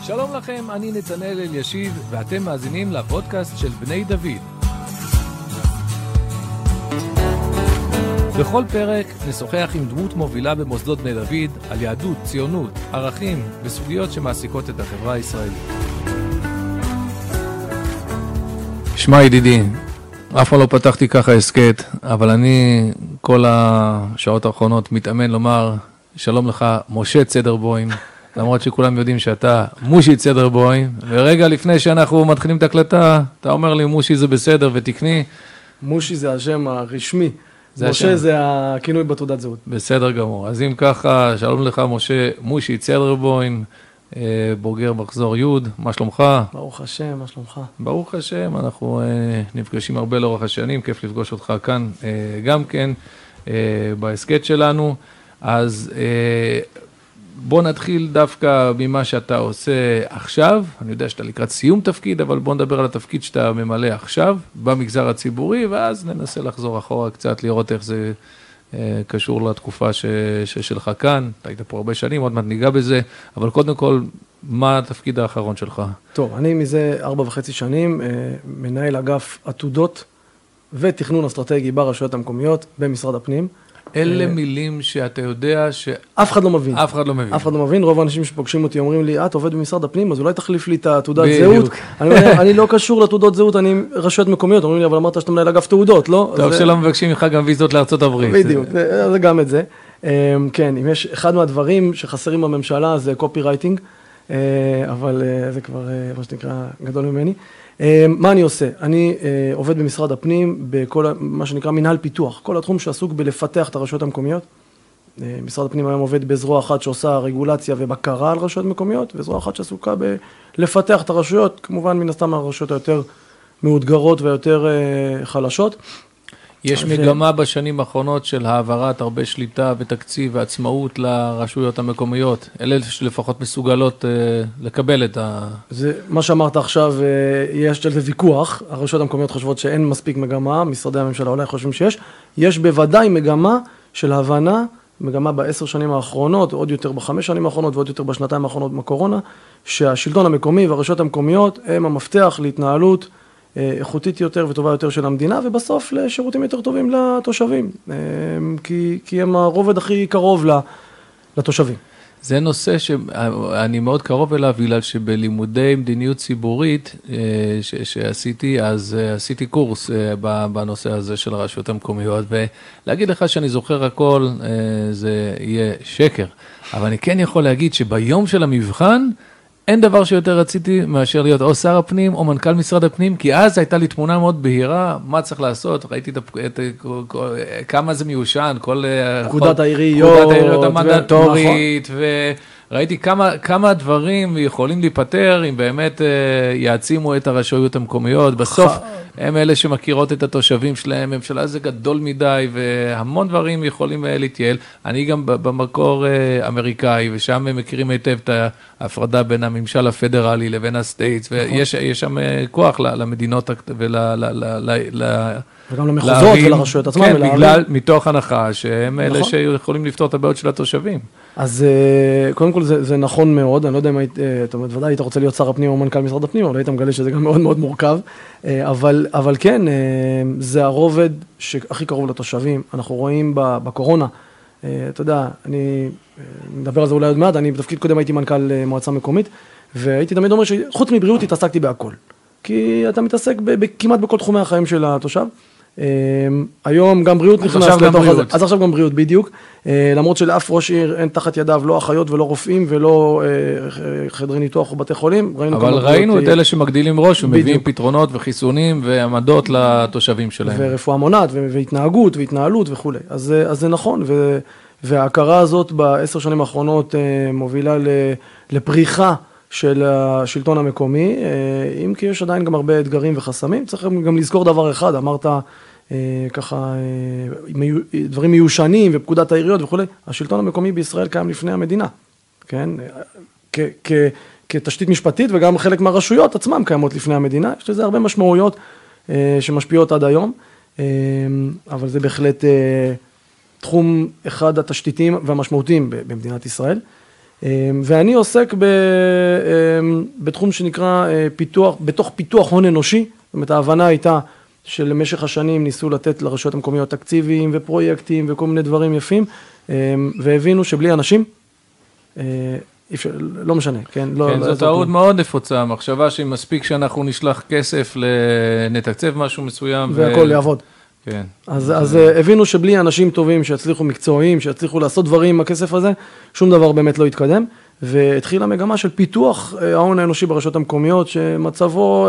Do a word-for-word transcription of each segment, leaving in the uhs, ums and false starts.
שלום לכם, אני נתנאל אלישיב, ואתם מאזינים לפודקאסט של בני דוד. בכל פרק נשוחח עם דמות מובילה במוסדות בני דוד על יהדות, ציונות, ערכים וסוגיות שמעסיקות את החברה הישראלית. שמע ידידי, אף פעם לא פתחתי ככה עסקת, אבל אני כל השעות האחרונות מתאמן לומר שלום לך משה צדרבוים, למרות שכולם יודעים שאתה מושי צדרבוים, ורגע לפני שאנחנו מתחילים את הקלטה, אתה אומר לי מושי זה בסדר ותקני. מושי זה השם הרשמי, זה משה השם. זה הכינוי בתעודת זהות. בסדר גמור, אז אם ככה, שלום לך משה מושי צדרבוים, בוגר מחזור י', מה שלומך? ברוך השם, מה שלומך? ברוך השם, אנחנו נפגשים הרבה לאורך השנים, כיף לפגוש אותך כאן גם כן, בעסקת שלנו, אז בוא נתחיל דווקא ממה שאתה עושה עכשיו, אני יודע שאתה לקראת סיום תפקיד, אבל בוא נדבר על התפקיד שאתה ממלא עכשיו, במגזר הציבורי, ואז ננסה לחזור אחורה קצת, לראות איך זה קשור לתקופה ש, ש, שלך כאן, אתה היית פה הרבה שנים, עוד מעט ניגע בזה, אבל קודם כל, מה התפקיד האחרון שלך? טוב, אני מזה ארבע וחצי שנים, מנהל אגף עתודות ותכנון אסטרטגי ברשויות המקומיות במשרד הפנים. אלה מילים שאתה יודע ש... אף אחד לא מבין. אף אחד לא מבין. אף אחד לא מבין, רוב האנשים שפוגשים אותי אומרים לי, את עובד במשרד הפנים, אז אולי תחליף לי את התעודת זהות. אני לא קשור לתעודות זהות, אני רשויות מקומיות, אומרים לי, אבל אמרת שאתה מנהל אגף תעודות, לא? טוב, שלא מבקשים לך גם ויזות לארצות הברית. בדיוק, זה גם את זה. כן, אם יש אחד מהדברים שחסרים בממשלה, זה קופי רייטינג, אבל זה כבר, מה שנקרא, גדול ממני. מה אני עושה? אני עובד במשרד הפנים בכל מה שנקרא מנהל פיתוח, כל התחום שעסוק בלפתח את הרשויות המקומיות. משרד הפנים היום עובד בזרוע אחת שעושה רגולציה ובקרה על רשויות מקומיות, וזרוע אחת שעסוקה בלפתח את הרשויות, כמובן מן הסתם הרשויות היותר מאותגרות ויותר חלשות. יש מגמה בשנים האחרונות של העברת הרבה שליטה ותקציב ועצמאות לרשויות המקומיות, אלה שלפחות מסוגלות לקבל את ה... זה מה שאמרת עכשיו, יש על זה ויכוח, הרשויות המקומיות חושבות שאין מספיק מגמה, משרדי הממשלה אולי חושבים שיש, יש בוודאי מגמה של הבנה, מגמה בעשר שנים האחרונות, עוד יותר בחמש שנים האחרונות ועוד יותר בשנתיים האחרונות בקורונה, שהשלטון המקומי והרשויות המקומיות הם המפתח להתנהלות איכותית יותר וטובה יותר של המדינה, ובסוף לשירותים יותר טובים לתושבים, כי, כי הם הרובד הכי קרוב לתושבים. זה נושא שאני מאוד קרוב אליו, בגלל שבלימודי מדיניות ציבורית ש- שעשיתי, אז עשיתי קורס בנושא הזה של הרשויות המקומיות, ולהגיד לך שאני זוכר הכל, זה יהיה שקר. אבל אני כן יכול להגיד שביום של המבחן, אין דבר שיותר רציתי מאשר להיות או שר הפנים או מנכ"ל משרד הפנים, כי אז הייתה לי תמונה מאוד בהירה, מה צריך לעשות, ראיתי את, את, כמה זה מיושן, כל... פקודת העיריות, פקודת העיריות המנדטורית, וראיתי כמה, כמה דברים יכולים להיפטר, אם באמת יעצימו את הרשויות המקומיות, בסוף הם אלה שמכירות את התושבים שלהם, ממשלה זה גדול מדי, והמון דברים יכולים להתייעל. אני גם במקור אמריקאי, ושם הם מכירים היטב את ההפרדה בין הממשל הפדרלי לבין הסטייטס, ויש שם כוח למדינות ול... וגם למחוזות ולרשויות עצמם. כן, בגלל, מתוך הנחה, שהם אלה שיכולים לפתור את הבעיות של התושבים. אז קודם כל זה, זה נכון מאוד, אני לא יודע אם היית, אתה אומרת, ודאי היית רוצה להיות שר הפנים או מנכ"ל משרד הפנים, אבל היית מגלה שזה גם מאוד מאוד מורכב, אבל, אבל כן, זה הרובד שהכי קרוב לתושבים, אנחנו רואים בקורונה, אתה יודע, אני מדבר על זה אולי עוד מעט, אני בתפקיד קודם הייתי מנכ"ל מועצה מקומית, והייתי תמיד אומר שחוץ מבריאות התעסקתי בהכל, כי אתה מתעסק כמעט בכל תחומי החיים של התושב, היום גם בריאות נכנס לתוך הזה, אז עכשיו גם בריאות בדיוק, למרות שלאף ראש עיר אין תחת ידיו לא אחיות ולא רופאים ולא חדרי ניתוח או בתי חולים. אבל ראינו את אלה שמגדילים ראש ומביאים פתרונות וחיסונים ועמדות לתושבים שלהם. ורפואה מונעת והתנהגות והתנהלות וכו'. אז זה נכון, וההכרה הזאת בעשר שנים האחרונות מובילה לפריחה של השלטון המקומי, אם כי יש עדיין גם הרבה אתגרים וחסמים, צריך גם לזכור דבר אחד, אמרת ככה, דברים מיושנים ופקודת העיריות וכו', השלטון המקומי בישראל קיים לפני המדינה, כן? כתשתית משפטית וגם חלק מהרשויות עצמם קיימות לפני המדינה, יש לזה הרבה משמעויות שמשפיעות עד היום, אבל זה בהחלט תחום אחד התשתיתיים והמשמעותיים במדינת ישראל. ואני עוסק ב, בתחום שנקרא פיתוח, בתוך פיתוח הון אנושי, זאת אומרת, ההבנה הייתה שלמשך השנים ניסו לתת לרשויות המקומיות תקציבים ופרויקטים וכל מיני דברים יפים, והבינו שבלי אנשים, לא משנה, כן? כן, זו טעות מאוד נפוצה, המחשבה שמספיק שאנחנו נשלח כסף לנתקצב משהו מסוים. והכל יעבוד. כן. אז, אז הבינו שבלי אנשים טובים שיצליחו מקצועיים, שיצליחו לעשות דברים עם הכסף הזה, שום דבר באמת לא יתקדם, והתחילה מגמה של פיתוח ההון האנושי ברשויות המקומיות, שמצבו,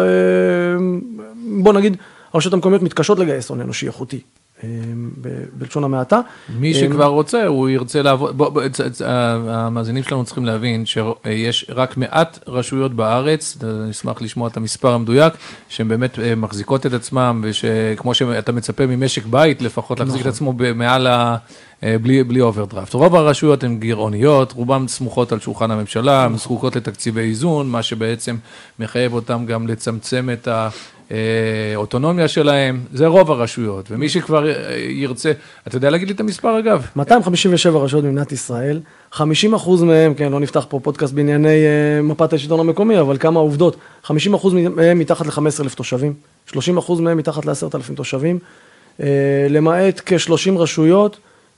בוא נגיד, הרשויות המקומיות מתקשות לגייס הון אנושי איכותי, בלשון המעטה. מי שכבר רוצה, הוא ירצה לעבוד, בוא, המאזינים שלנו צריכים להבין שיש רק מעט רשויות בארץ, נשמח לשמוע את המספר המדויק, שהן באמת מחזיקות את עצמם, ושכמו שאתה מצפה ממשק בית, לפחות להחזיק את עצמו מעל ה... בלי, בלי אוברדרפט. רוב הרשויות הן גירעוניות, רובן סמוכות על שולחן הממשלה, הן זקוקות לתקציבי איזון, מה שבעצם מחייב אותם גם לצמצם את האוטונומיה שלהם, זה רוב הרשויות, ומי שכבר ירצה, אתה יודע להגיד לי את המספר אגב? מאתיים חמישים ושבע רשויות במדינת ישראל, חמישים אחוז מהם, כן, לא נפתח פה פודקאסט בענייני מפת השלטון המקומי, אבל כמה עובדות, חמישים אחוז מהם מתחת ל-חמישה עשר אלף תושבים, שלושים אחוז מהם מתחת ל-עשרת אלפים תושבים, למעט כ-שלושים רשויות,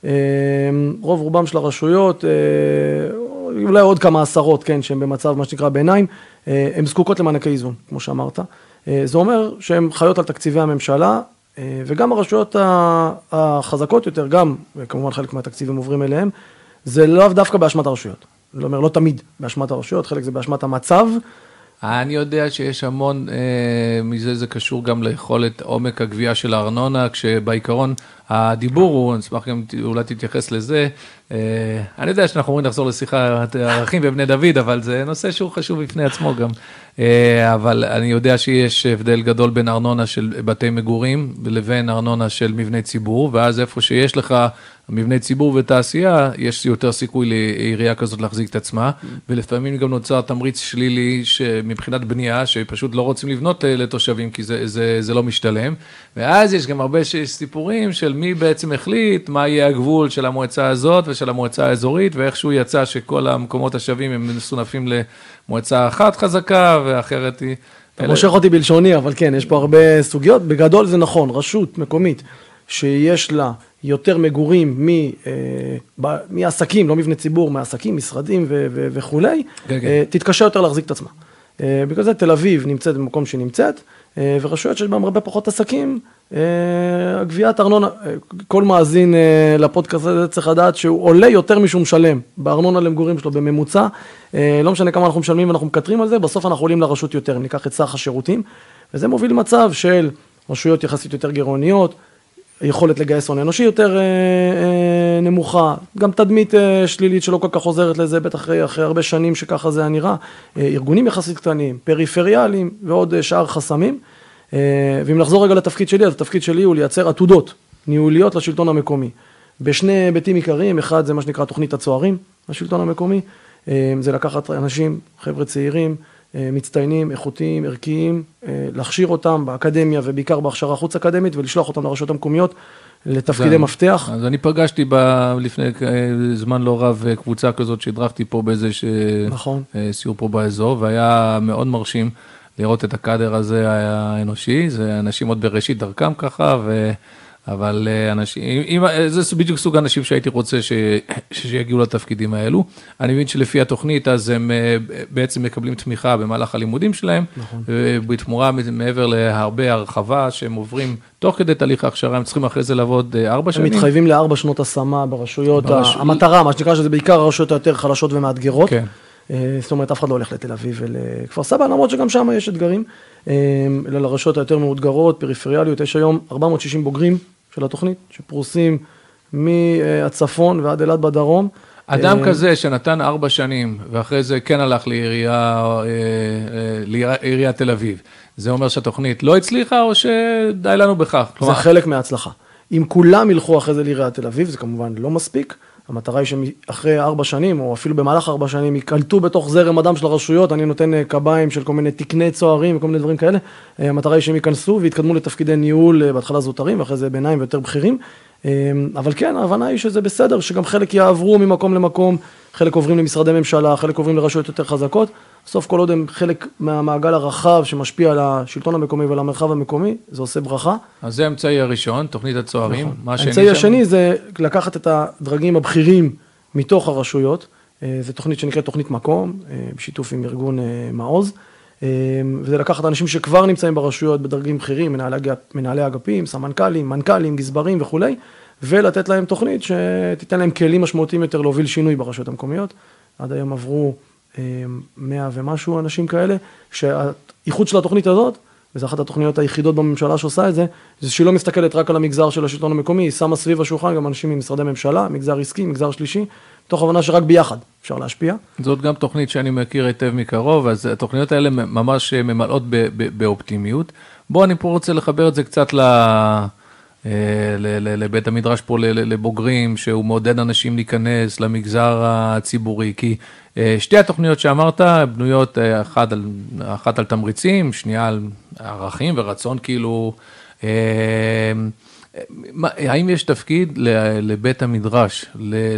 רוב רובם של הרשויות, אולי עוד כמה עשרות, כן, שהם במצב מה שנקרא ביניים, הם זקוקות למענקי איזון, כמו שאמרת. זה אומר שהם חיות על תקציבי הממשלה, וגם הרשויות החזקות יותר, גם, וכמובן חלק מהתקציבים עוברים אליהם, זה לאו דווקא באשמת הרשויות. זאת אומרת, לא תמיד באשמת הרשויות, חלק זה באשמת המצב. אני יודע שיש המון, אה, מזה זה קשור גם ליכולת עומק הגבייה של הארנונה, כשבעיקרון הדיבור הוא, אני אשמח גם אולי תתייחס לזה, אה, אני יודע שאנחנו אומרים לחזור לשיחה ערכים ובני דוד, אבל זה נושא שהוא חשוב בפני עצמו גם, אה, אבל אני יודע שיש הבדל גדול בין ארנונה של בתי מגורים, לבין ארנונה של מבני ציבור, ואז איפה שיש לך מבני ציבור ותעשייה, יש יותר סיכוי לעירייה כזאת להחזיק את עצמה, ולפעמים גם נוצר תמריץ שלילי מבחינת בנייה, שפשוט לא רוצים לבנות לתושבים, כי זה, זה, זה לא משתלם. ואז יש גם הרבה סיפורים של מי בעצם החליט, מה יהיה הגבול של המועצה הזאת ושל המועצה האזורית, ואיכשהו יצא שכל המקומות השווים הם מסונפים למועצה אחת חזקה, ואחרת היא... אתה מושך אותי בלשוני, אבל כן, יש פה הרבה סוגיות. בגדול זה נכון, רשות מקומית שיש לה יותר מגורים מעסקים, לא מבני ציבור, מעסקים, משרדים וכולי, תתקשה יותר להחזיק את עצמה. בגלל זה תל אביב נמצאת במקום שנמצאת, ורשויות שיש בהם הרבה פחות עסקים, הגביית ארנונה, כל מאזין לפודקאסט הזה צריך לדעת שהוא עולה יותר משהו משלם, בארנונה למגורים שלו בממוצע, לא משנה כמה אנחנו משלמים ואנחנו מקטרים על זה, בסוף אנחנו עולים לרשות יותר, אם ניקח את סך השירותים, וזה מוביל למצב של רשויות יחסית יותר גירעוניות, יכולת לגייס הון אנושי יותר אה, אה, נמוכה, גם תדמית אה, שלילית שלא כל כך עוזרת לזה, בטח אחרי, אחרי הרבה שנים שככה זה נראה, אה, ארגונים יחסית קטנים, פריפריאליים ועוד אה, שאר חסמים, אה, ואם נחזור רגע לתפקיד שלי, אז התפקיד שלי הוא לייצר עתודות ניהוליות לשלטון המקומי, בשני היבטים עיקריים, אחד זה מה שנקרא תוכנית הצוערים, השלטון המקומי, אה, זה לקחת אנשים, חבר'ה צעירים, מצטיינים, איכותיים, ערכיים, להכשיר אותם באקדמיה ובעיקר בהכשרה חוץ אקדמית ולשלוח אותם לרשויות המקומיות לתפקידי מפתח. אז אני פגשתי ב, לפני זמן לא רב קבוצה כזאת שהדרכתי פה באיזה ש... נכון. סיור פה באזור, והיה מאוד מרשים לראות את הקאדר הזה האנושי, זה אנשים עוד בראשית דרכם ככה, ו... אבל אנשים, אם, זה בדיוק סוג האנשים שהייתי רוצה ש, שיגיעו לתפקידים האלו. אני מבין שלפי התוכנית, אז הם בעצם מקבלים תמיכה במהלך הלימודים שלהם, נכון. ובתמורה מעבר להרבה הרחבה שהם עוברים תוך כדי תהליך ההכשרה, הם צריכים אחרי זה לעבוד ארבע שנים. הם מתחייבים לארבע שנות השמה ברשויות, ברש... המטרה, מה שנקרא שזה בעיקר הרשויות היותר חלשות ומאתגרות. כן. זאת אומרת, אף אחד לא הולך לתל אביב ולכפר סבא, למרות שגם שם יש אתגרים, אלא לרשויות היותר מאותגרות, פריפריאליות, יש היום ארבע מאות ושישים בוגרים של התוכנית, שפרוסים מהצפון ועד אלעד בדרום. אדם כזה שנתן ארבע שנים, ואחרי זה כן הלך לעירייה, לעיריית תל אביב, זה אומר שהתוכנית לא הצליחה, או שדי לנו בכך? זה חלק מההצלחה. אם כולם ילכו אחרי זה לעיריית תל אביב, זה כמובן לא מספיק. המטרה היא שאחרי ארבע שנים, או אפילו במהלך ארבע שנים, יקלטו בתוך זרם אדם של הרשויות, אני נותן קביים של כל מיני תקני צוערים וכל מיני דברים כאלה, המטרה היא שהם ייכנסו ויתקדמו לתפקידי ניהול, בהתחלה זוטרים, ואחרי זה ביניים ויותר בכירים, אבל כן, ההבנה היא שזה בסדר, שגם חלק יעברו ממקום למקום, חלק עוברים למשרדי ממשלה, חלק עוברים לרשויות יותר חזקות, בסוף כל עוד הם חלק מהמעגל הרחב שמשפיע על השלטון המקומי ועל המרחב המקומי, זה עושה ברכה. אז זה האמצעי הראשון, תוכנית הצוערים. נכון. האמצעי השני זה לקחת את הדרגים הבכירים מתוך הרשויות, זו תוכנית שנקראת תוכנית מקום, בשיתוף עם ארגון מעוז, וזה לקחת אנשים שכבר נמצאים ברשויות בדרגים בכירים, מנהלי, מנהלי אגפים, סמנכ"לים, מנכ"לים, גזברים וכולי, ולתת להם תוכנית שתיתן להם כלים משמעותיים יותר להוביל שינוי ברשויות המקומיות. עד היום עברו מאה ומשהו אנשים כאלה, שהאיחוד של התוכנית הזאת, וזו אחת התוכניות היחידות בממשלה שעושה את זה, זה שהיא לא מסתכלת רק על המגזר של השלטון המקומי, היא שמה סביב השולחן גם אנשים ממשרדי ממשלה, מגזר עסקי, מגזר שלישי, תוך הבנה שרק ביחד אפשר להשפיע. זאת גם תוכנית שאני מכיר היטב מקרוב, אז התוכניות האלה ממש ממלאות באופטימיות. בוא, אני פה רוצה לחבר את זה קצת ל... לבית המדרש פה לבוגרים, שהוא מעודד אנשים להיכנס למגזר הציבורי, כי שתי התוכניות שאמרת, בנויות אחת על, אחת על תמריצים, שנייה על ערכים ורצון, כאילו, האם יש תפקיד לבית המדרש,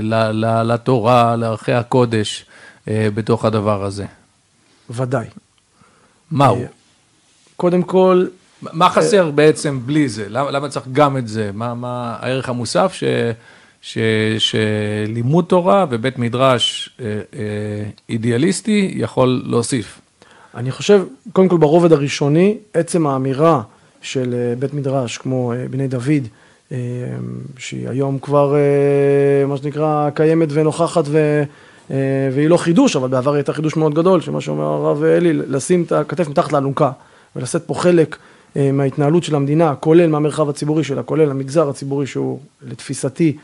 לתורה, לערכי הקודש, בתוך הדבר הזה? ודאי. מהו? קודם כל, מה חסר בעצם בלי זה? למה, למה צריך גם את זה? מה, מה הערך המוסף ש, ש, שלימוד תורה ובית מדרש אה, אה, אידיאליסטי יכול להוסיף? אני חושב, קודם כל ברובד הראשוני, עצם האמירה של בית מדרש כמו בני דוד, אה, שהיא היום כבר, אה, מה שנקרא, קיימת ונוכחת ו... והיא לא חידוש, אבל בעבר הייתה חידוש מאוד גדול, שמה שאומר הרב אלי, לשים את הכתף מתחת לאלונקה ולשאת פה חלק מההתנהלות של המדינה, כולל מהמרחב הציבורי שלה, כולל המגזר הציבורי שהוא לתפיסתי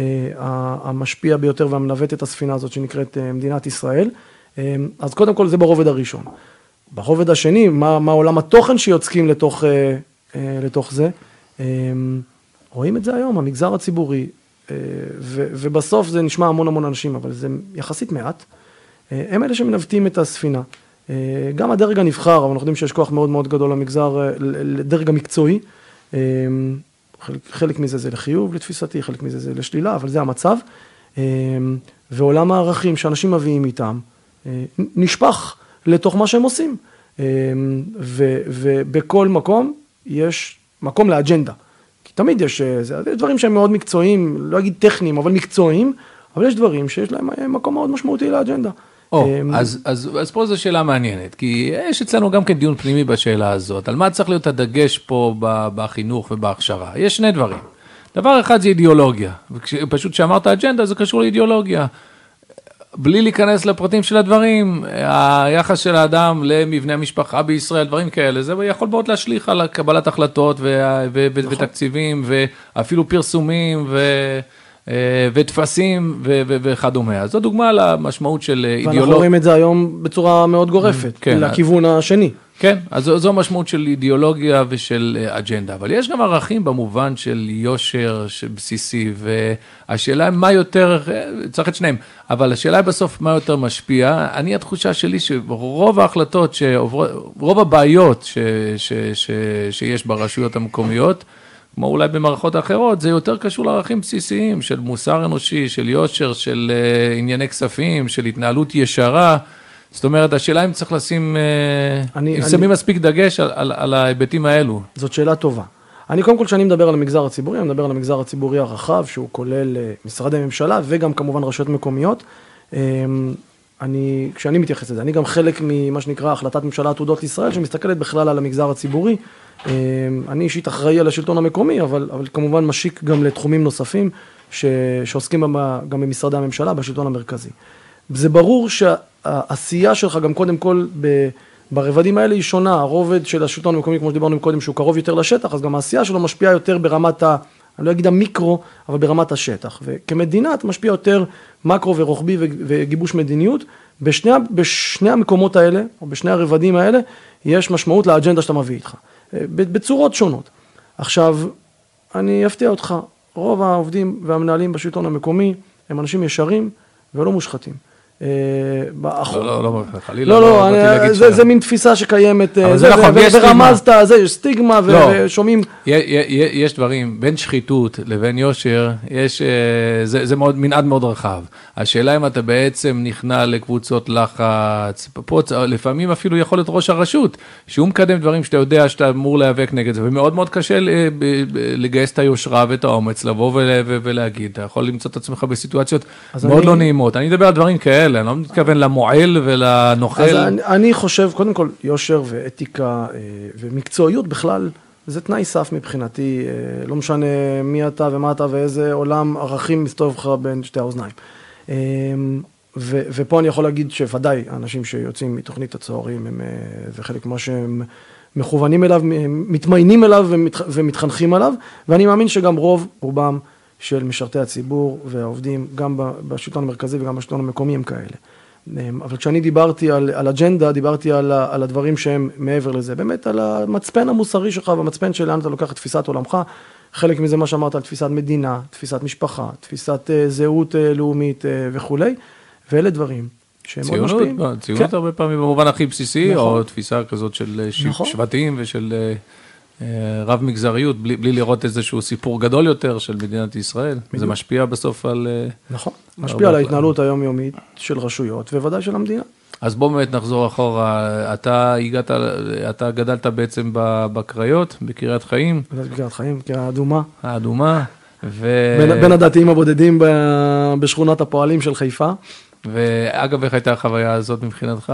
המשפיע ביותר והמנווט את הספינה הזאת שנקראת מדינת ישראל. אז קודם כל זה ברובד הראשון. ברובד השני, מה, מה עולם התוכן שיוצקים לתוך, לתוך זה? רואים את זה היום, המגזר הציבורי, ו, ובסוף זה נשמע המון המון אנשים, אבל זה יחסית מעט. הם אלה שמנווטים את הספינה. גם הדרג הנבחר, אבל אנחנו יודעים שיש כוח מאוד מאוד גדול למגזר, לדרג המקצועי. חלק, חלק מזה זה לחיוב, לתפיסתי, חלק מזה זה לשלילה, אבל זה המצב. ועולם הערכים שאנשים מביאים איתם, נשפח לתוך מה שהם עושים. ו, ובכל מקום יש מקום לאג'נדה. כי תמיד יש, זה, יש דברים שהם מאוד מקצועיים, לא אגיד טכניים, אבל מקצועיים, אבל יש דברים שיש להם מקום מאוד משמעותי לאג'נדה. או, אז, אז, אז פה זו שאלה מעניינת, כי יש אצלנו גם כן דיון פנימי בשאלה הזאת, על מה צריך להיות הדגש פה בחינוך ובהכשרה. יש שני דברים. דבר אחד זה אידיאולוגיה, ופשוט שאמרת אג'נדה זה קשור לאידיאולוגיה. בלי להיכנס לפרטים של הדברים, היחס של האדם למבנה המשפחה בישראל, דברים כאלה, זה יכול מאוד להשליך על קבלת החלטות ו- ו- ו- נכון. ותקציבים, ואפילו פרסומים ו... ותפסים ו- ו- וכדומה. אז זו דוגמה למשמעות של אידיאולוגיה. ואנחנו רואים את זה היום בצורה מאוד גורפת, כן, לכיוון השני. כן, אז זו, זו המשמעות של אידיאולוגיה ושל אג'נדה, אבל יש גם ערכים במובן של יושר בסיסי, והשאלה היא מה יותר, צריך את שניהם, אבל השאלה היא בסוף מה יותר משפיע. אני התחושה שלי שרוב ההחלטות, שעוברות, רוב הבעיות ש, ש, ש, שיש ברשויות המקומיות, כמו אולי במערכות אחרות, זה יותר קשור לערכים בסיסיים של מוסר אנושי, של יושר, של ענייני כספים, של התנהלות ישרה. זאת אומרת, השאלה אם צריך לשים, אני, אם אני, שמים מספיק דגש על, על, על ההיבטים האלו. זאת שאלה טובה. אני קודם כל, כשאני מדבר על המגזר הציבורי, אני מדבר על המגזר הציבורי הרחב, שהוא כולל משרדי ממשלה וגם כמובן רשויות מקומיות. אני, כשאני מתייחס לזה, אני גם חלק ממה שנקרא החלטת ממשלה עתודות לישראל, שמסתכלת בכלל על המגזר הציבורי. אני אישית אחראי על השלטון המקומי, אבל, אבל כמובן משיק גם לתחומים נוספים ש, שעוסקים גם במשרדי הממשלה, בשלטון המרכזי. זה ברור שהעשייה שלך גם קודם כל ברבדים האלה היא שונה, הרובד של השלטון המקומי, כמו שדיברנו קודם, שהוא קרוב יותר לשטח, אז גם העשייה שלו משפיעה יותר ברמת ה... אני לא אגיד המיקרו, אבל ברמת השטח. וכמדינה אתה משפיע יותר מקרו ורוחבי וגיבוש מדיניות. בשני, בשני המקומות האלה, או בשני הרבדים האלה, יש משמעות לאג'נדה שאתה מביא איתך. בצורות שונות. עכשיו, אני אפתיע אותך, רוב העובדים והמנהלים בשלטון המקומי הם אנשים ישרים ולא מושחתים. לא, לא, לא, חלילה. לא, לא, זה מין תפיסה שקיימת, ורמזת, זה סטיגמה, ושומעים. יש דברים, בין שחיתות לבין יושר, זה מנעד מאוד רחב. השאלה אם אתה בעצם נכנע לקבוצות לחץ, לפעמים אפילו יכול להיות ראש הרשות, שהוא מקדם דברים שאתה יודע שאתה אמור להיאבק נגד זה, ומאוד מאוד קשה לגייס את היושרה ואת האומץ, לבוא ולהגיד, אתה יכול למצוא את עצמך בסיטואציות מאוד לא נעימות. אני מדבר על דברים כאלה, אני לא מתכוון למועל ולנוכל. אז אני, אני חושב, קודם כל, יושר ואתיקה ומקצועיות בכלל, זה תנאי סף מבחינתי, לא משנה מי אתה ומה אתה ואיזה עולם ערכים מסתובב לך בין שתי האוזניים. ו, ופה אני יכול להגיד שוודאי, האנשים שיוצאים מתוכנית הצוערים, הם, זה חלק מה שהם מכוונים אליו, מתמיינים אליו ומת, ומתחנכים עליו, ואני מאמין שגם רוב, רובם, של משרתי הציבור והעובדים, גם בשלטון המרכזי וגם בשלטון המקומי הם כאלה. אבל כשאני דיברתי על, על אג'נדה, דיברתי על, על הדברים שהם מעבר לזה, באמת על המצפן המוסרי שלך והמצפן שלאן אתה לוקח את תפיסת עולמך, חלק מזה מה שאמרת על תפיסת מדינה, תפיסת משפחה, תפיסת זהות לאומית וכולי, ואלה דברים שהם מאוד משפיעים. ציונות הרבה פעמים במובן הכי בסיסי, או תפיסה כזאת של שבטים ושל רב מגזריות, בלי, בלי לראות איזשהו סיפור גדול יותר של מדינת ישראל. זה משפיע בסוף על... נכון, משפיע על ההתנהלות היומיומית של רשויות, וודאי של המדינה. אז בואו באמת נחזור אחורה. אתה הגעת, אתה גדלת בעצם בקריות, בקריית חיים. בקריית חיים, האדומה. האדומה. ו... בין, בין הדתיים הבודדים בשכונת הפועלים של חיפה. ואגב, איך הייתה החוויה הזאת מבחינתך?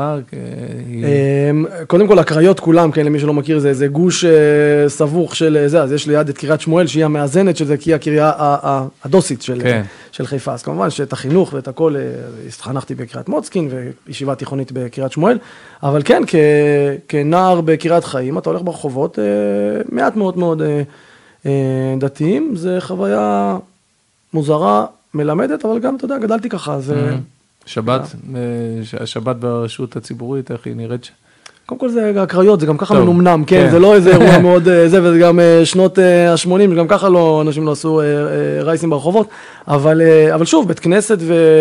קודם כל, הקריות כולם, כן, למי שלא מכיר, זה איזה גוש סבוך של זה, אז יש ליד את קריית שמואל, שהיא המאזנת של זה, כי היא הקריה הדוסית של חיפה. אז כמובן שאת החינוך ואת הכל, התחנכתי בקריית מוצקין, וישיבה תיכונית בקריית שמואל, אבל כן, כנער בקריית חיים, אתה הולך ברחובות, מעט מאוד מאוד דתיים, זה חוויה מוזרה, מלמדת, אבל גם, אתה יודע, גדלתי ככה, זה... שבת, השבת ברשות הציבורית, איך היא נראית? קודם כל זה הקריות, זה גם ככה מנומנם, כן, זה לא איזה אירוע מאוד זה, וזה גם שנות ה-שמונים, גם ככה לא, אנשים לא עשו רייסים ברחובות, אבל, אבל שוב, בית כנסת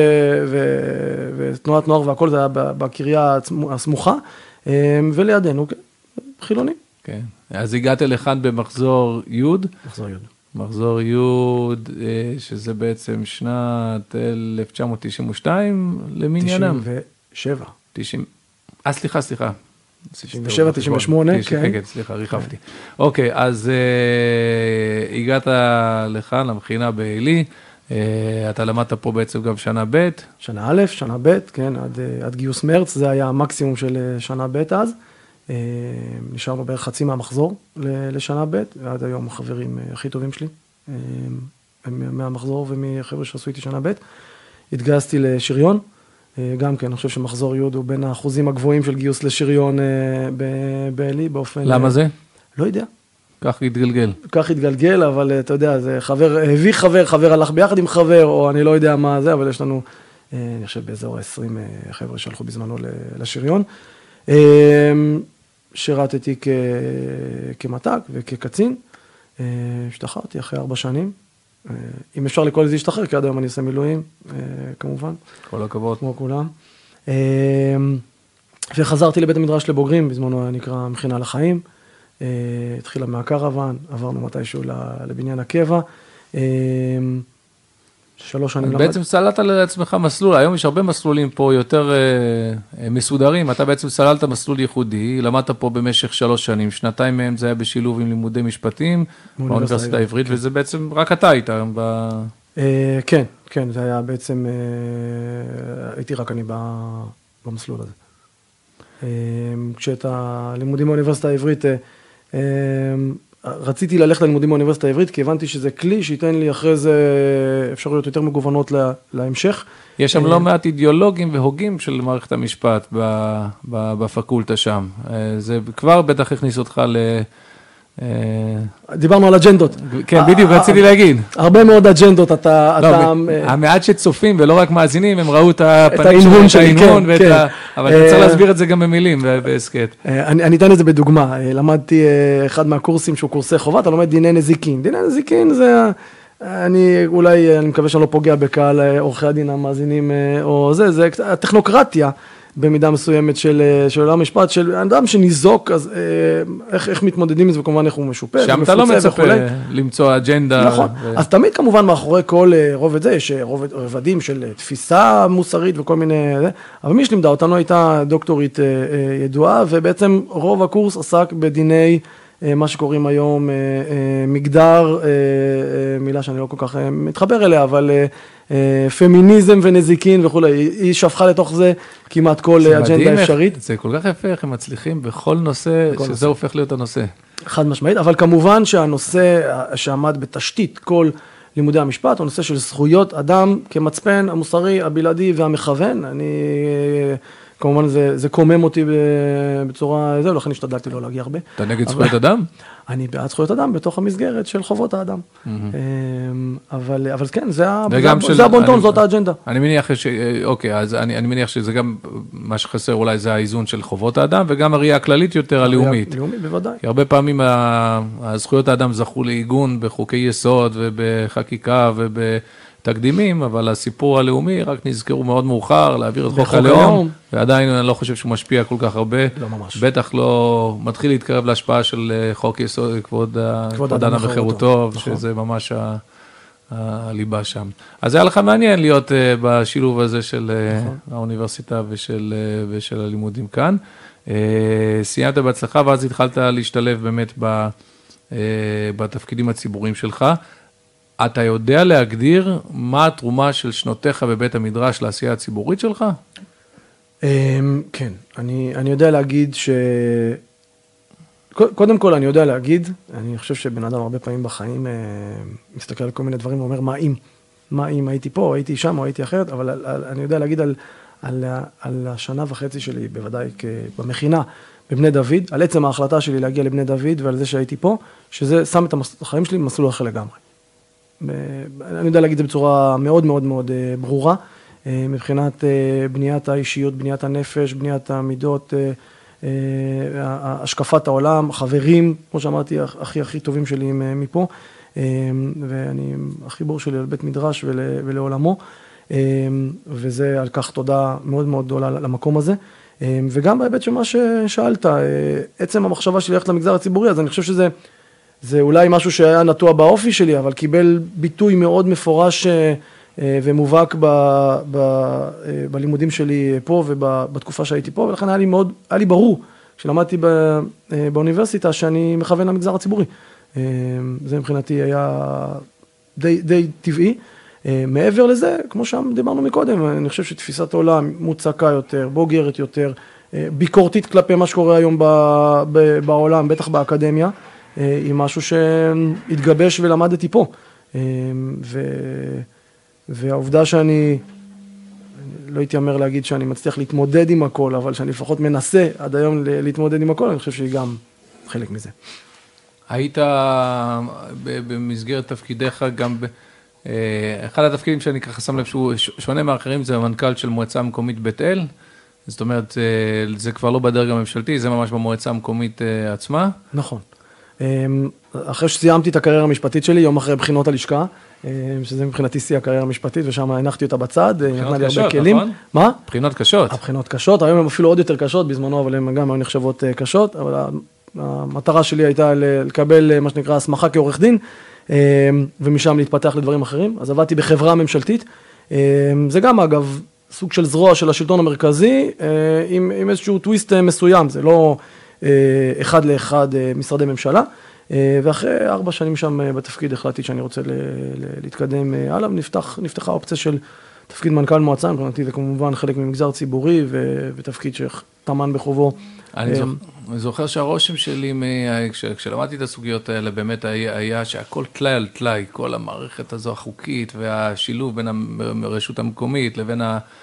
ותנועת נוער והכל, זה היה בקריה הסמוכה, ולידינו, חילוני. כן, אז הגעת לכאן במחזור י' מחזור י' מחזור י', שזה בעצם שנת אלף תשע מאות תשעים ושתיים, למניינם. תשעים ושבע. תשעים, אה, סליחה, סליחה. תשעים ושבע, תשעים ושמונה, כן. כן, סליחה, ריחפתי. אוקיי, אז הגעת לכאן, למכינה בעלי, אתה למדת פה בעצם גם שנה ב'. שנה א', שנה ב', כן, עד גיוס מרץ, זה היה המקסימום של שנה ב' אז. נשארנו בערך חצי מהמחזור לשנה ב', ועד היום החברים הכי טובים שלי, מהמחזור ומחבר'ה שעשו איתי שנה ב'. התגייסתי לשריון, גם כן, אני חושב שמחזור י' הוא בין האחוזים הגבוהים של גיוס לשריון בעלי, באופן... למה זה? לא יודע. כך התגלגל. כך התגלגל, אבל אתה יודע, זה חבר, הביא חבר, חבר הלך ביחד עם חבר, או אני לא יודע מה זה, אבל יש לנו, אני חושב, באזור ה-עשרים חבר'ה שהלכו בזמנו לשריון. שירתתי כמת"ק וכקצין, השתחררתי אחרי ארבע שנים, אם אפשר לקרוא לזה השתחרר, כי עד היום אני עושה מילואים, כמובן. כל הכבוד. כמו כולם. וחזרתי לבית המדרש לבוגרים, בזמנו נקרא מכינה לחיים, התחילה מהקרוון, עברנו מתישהו לבניין הקבע, שלוש שנים למד. בעצם סללת לעצמך מסלול, היום יש הרבה מסלולים פה יותר אה, מסודרים, אתה בעצם סללת מסלול ייחודי, למדת פה במשך שלוש שנים, שנתיים מהם זה היה בשילוב עם לימודי משפטים, באוניברסיטה העברית, כן. וזה בעצם רק אתה היית ב... אה, כן, כן, זה היה בעצם, אה, הייתי רק אני במסלול הזה. אה, כשאת הלימודים באוניברסיטה העברית, אה, אה, רציתי ללכת ללימודים באוניברסיטה העברית, כי הבנתי שזה כלי שייתן לי אחרי זה אפשרויות יותר מגוונות להמשך. יש שם לא מעט אידיאולוגים והוגים של מערכת המשפט בפקולטה שם. זה כבר בטח הכניס אותך ל... דיברנו על אג'נדות. כן, בדיוק, רציתי להגיד. הרבה מאוד אג'נדות, אתה... המעט שצופים ולא רק מאזינים, הם ראו את הפנים של ההנהון, אבל אתה צריך להסביר את זה גם במילים, בהסקט. אני אתן את זה בדוגמה. למדתי אחד מהקורסים שהוא קורסי חובה, אתה לומד דיני נזיקין. דיני נזיקין זה אני אולי, אני מקווה שאני לא פוגע בקהל עורכי הדין המאזינים או זה, זה הטכנוקרטיה במידה מסוימת של, של עולם משפט, של אדם שניזוק, אז איך, איך מתמודדים עם זה, וכמובן איך הוא משופה. שם אתה לא מצפה למצוא אג'נדה. נכון, ו... אז תמיד כמובן מאחורי כל רובד זה, יש רובד, רבדים של תפיסה מוסרית וכל מיני, אבל מי שלימדה אותנו הייתה דוקטורית ידועה, ובעצם רוב הקורס עסק בדיני, מה שקוראים היום מגדר, מילה שאני לא כל כך מתחבר אליה, אבל פמיניזם ונזיקין וכו', היא שפכה לתוך זה כמעט כל אג'נדה אפשרית. זה כל כך יפה איך הם מצליחים בכל נושא, שזה הופך להיות הנושא. חד משמעית, אבל כמובן שהנושא שעמד בתשתית כל לימודי המשפט, הוא נושא של זכויות אדם כמצפן המוסרי, הבלעדי והמכוון. אני... כמובן זה, זה קומם אותי בצורה, זה, לכן השתדלתי לא להגיע הרבה. אתה נגד זכויות אדם? אני בעד זכויות אדם בתוך המסגרת של חובות האדם. אבל, אבל כן, זה הבונטון, זאת האג'נדה. אני מניח ש... אוקיי, אז אני, אני מניח שזה גם, מה שחסר אולי זה האיזון של חובות האדם, וגם הראייה הכללית יותר הלאומית. לאומית, בוודאי. כי הרבה פעמים הזכויות האדם זכו לעיגון בחוקי יסוד ובחקיקה וב... תקדימים, אבל הסיפור הלאומי רק נזכרו מאוד מאוחר, להעביר את חוק הלאום, ועדיין אני לא חושב שהוא משפיע כל כך הרבה. לא ממש. בטח לא מתחיל להתקרב להשפעה של חוק יסוד, כבוד האדם וחירותו, שזה ממש הליבה שם. אז היה לך מעניין להיות בשילוב הזה של האוניברסיטה ושל הלימודים כאן. סיימת בהצלחה, ואז התחלת להשתלב באמת בתפקידים הציבוריים שלך. אתה יודע להגדיר מה התרומה של שנותיך בבית המדרש לעשייה הציבורית שלך? כן, אני, אני יודע להגיד ש... קודם כל אני יודע להגיד, אני חושב שבן אדם הרבה פעמים בחיים מסתכל על כל מיני דברים ואומר מה אם, מה אם הייתי פה, הייתי שם או הייתי אחרת, אבל אני יודע להגיד על, על, על השנה וחצי שלי, בוודאי במכינה, בבני דוד, על עצם ההחלטה שלי להגיע לבני דוד ועל זה שהייתי פה, שזה שם את החיים שלי במסלול אחר לגמרי. אני יודע להגיד את זה בצורה מאוד מאוד מאוד ברורה, מבחינת בניית האישיות, בניית הנפש, בניית המידות, השקפת העולם, חברים, כמו שאמרתי, הכי הכי טובים שלי מפה, ואני, החיבור שלי על בית מדרש ולעולמו, וזה על כך תודה מאוד מאוד גדולה למקום הזה, וגם בהיבט של מה ששאלת, עצם המחשבה שלי ללכת למגזר הציבורי, אז אני חושב שזה זה אולי משהו שהיה נטוע באופי שלי, אבל קיבל ביטוי מאוד מפורש ומובהק ב, ב, בלימודים שלי פה ובתקופה שהייתי פה, ולכן היה לי מאוד, היה לי ברור, כשלמדתי באוניברסיטה, שאני מכוון למגזר הציבורי. זה מבחינתי היה די, די טבעי. מעבר לזה, כמו שדיברנו מקודם, אני חושב שתפיסת עולם מוצקה יותר, בוגרת יותר, ביקורתית כלפי מה שקורה היום בעולם, בטח באקדמיה, היא משהו שהתגבש ולמדתי פה. ו... והעובדה שאני, לא הייתי אומר להגיד שאני מצליח להתמודד עם הכל, אבל שאני לפחות מנסה עד היום להתמודד עם הכל, אני חושב שהיא גם חלק מזה. היית במסגרת תפקידיך גם, אחד התפקידים שאני ככה שם לב שהוא שונה מאחרים, זה המנכ"ל של מועצה מקומית בית אל, זאת אומרת, זה כבר לא בדרג הממשלתי, זה ממש במועצה המקומית עצמה. נכון. אחרי שסיימתי את הקריירה המשפטית שלי, יום אחרי בחינות הלשכה, שזה מבחינתי שיא הקריירה המשפטית, ושם הנחתי אותה בצד, בחינות קשות, נכון? מה? בחינות קשות. הבחינות קשות, היום הן אפילו עוד יותר קשות בזמנו, אבל הן גם היו נחשבות קשות, אבל המטרה שלי הייתה לקבל מה שנקרא הסמכה כעורך דין, ומשם להתפתח לדברים אחרים, אז עבדתי בחברה ממשלתית, זה גם אגב סוג של זרוע של השלטון המרכזי, עם, עם איזשהו טוויסט מסוים, זה לא אחד לאחד משרדי ממשלה, ואחרי ארבע שנים שם בתפקיד החלטתי שאני רוצה להתקדם הלאה, נפתח, נפתחה אופציה של תפקיד מנכ"ל מועצה, מבחינתי זה כמובן חלק ממגזר ציבורי ותפקיד שטמן בחובו. אני זוכר שהרושם שלי, כשלמדתי את הסוגיות האלה, באמת היה שהכל תלאי על תלאי, כל המערכת הזו החוקית והשילוב בין הרשות המקומית לבין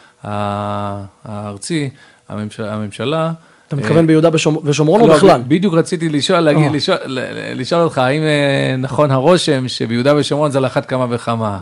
הארצי, הממשלה, אתה מתכוון ביהודה ושומרון או בכלל? בדיוק רציתי לשאול אותך, האם נכון הרושם שביהודה ושומרון זה על אחת כמה וכמה?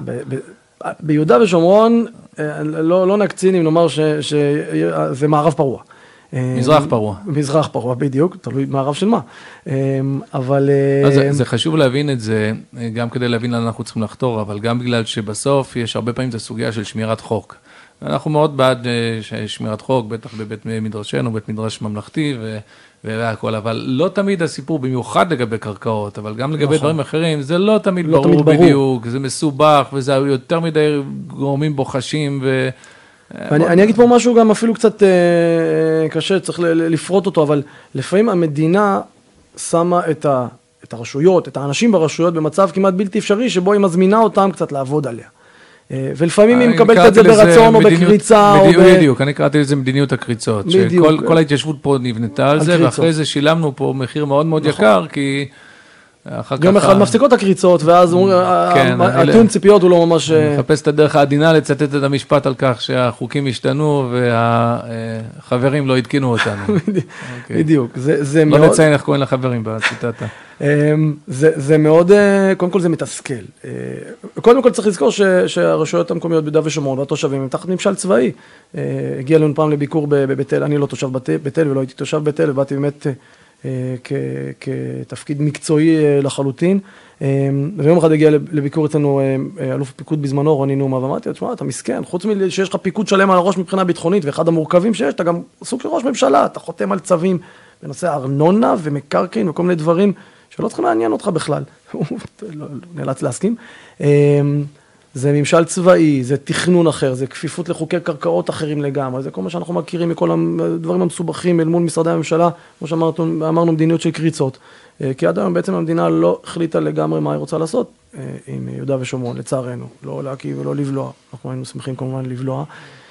ביהודה ושומרון, לא נקצין אם נאמר שזה מערב פרוע. מזרח פרוע. מזרח פרוע, בדיוק, תלוי מערב של מה. אבל... אז זה, זה חשוב להבין את זה, גם כדי להבין לאן אנחנו צריכים לחתור, אבל גם בגלל שבסוף יש הרבה פעמים את הסוגיה של שמירת חוק. אנחנו מאוד בעד שמירת חוק, בטח בבית מדרשנו, בית מדרש ממלכתי ו... והכל, אבל לא תמיד הסיפור, במיוחד לגבי קרקעות, אבל גם לגבי נכון. דברים אחרים, זה לא תמיד לא ברור, תמיד ברור בדיוק, זה מסובך, וזה יותר מדי גורמים בוחשים, ו... ואני, אני אגיד פה משהו גם אפילו קצת אה, קשה, צריך לפרוט אותו, אבל לפעמים המדינה שמה את, ה, את הרשויות, את האנשים ברשויות, במצב כמעט בלתי אפשרי, שבו היא מזמינה אותם קצת לעבוד עליה. ולפעמים היא מקבלת את זה ברצון או בקריצה. בדיוק, אני קראתי לזה מדיניות הקריצות, שכל ההתיישבות פה נבנתה על זה, ואחרי זה שילמנו פה מחיר מאוד מאוד יקר, כי יום אחד מפסיקות הקריצות, ואז הטון ציפיות הוא לא ממש... מחפש את הדרך העדינה לצטט את המשפט על כך שהחוקים השתנו, והחברים לא התקינו אותנו. בדיוק. לא נציין איך קוראים לחברים בציטטה. זה מאוד, קודם כל זה מתסכל. קודם כל צריך לזכור שהרשויות המקומיות ביהודה ושומרון והתושבים הם תחת ממשל צבאי. הגיע לנו פעם לביקור בבית אל, אני לא תושב בית אל ולא הייתי תושב בית אל, ובאתי באמת כתפקיד מקצועי לחלוטין. ויום אחד הגיע לביקור אצלנו אלוף הפיקוד בזמנו, רוני נומה, ואמרתי, תשמע, אתה מסכן, חוץ משיש לך פיקוד שלם על הראש מבחינה ביטחונית, ואחד המורכבים שיש, אתה גם סוג של ראש ממשלה, אתה חותם על צווים בנושא ארנונה ומקרקעין וכל מיני דברים שלא צריכים לעניין אותך בכלל. הוא נאלץ להסכים. זה ממשל צבאי, זה תכנון אחר, זה כפיפות לחוקי קרקעות אחרים לגמרי, זה כל מה שאנחנו מכירים מכל הדברים המסובכים אל מול משרדי הממשלה, כמו שאמרנו, מדיניות של קריצות. כי עד היום בעצם המדינה לא החליטה לגמרי מה היא רוצה לעשות עם יהודה ושומרון, לצערנו, לא להקיא ולא לבלוע, אנחנו היינו שמחים כמובן לבלוע,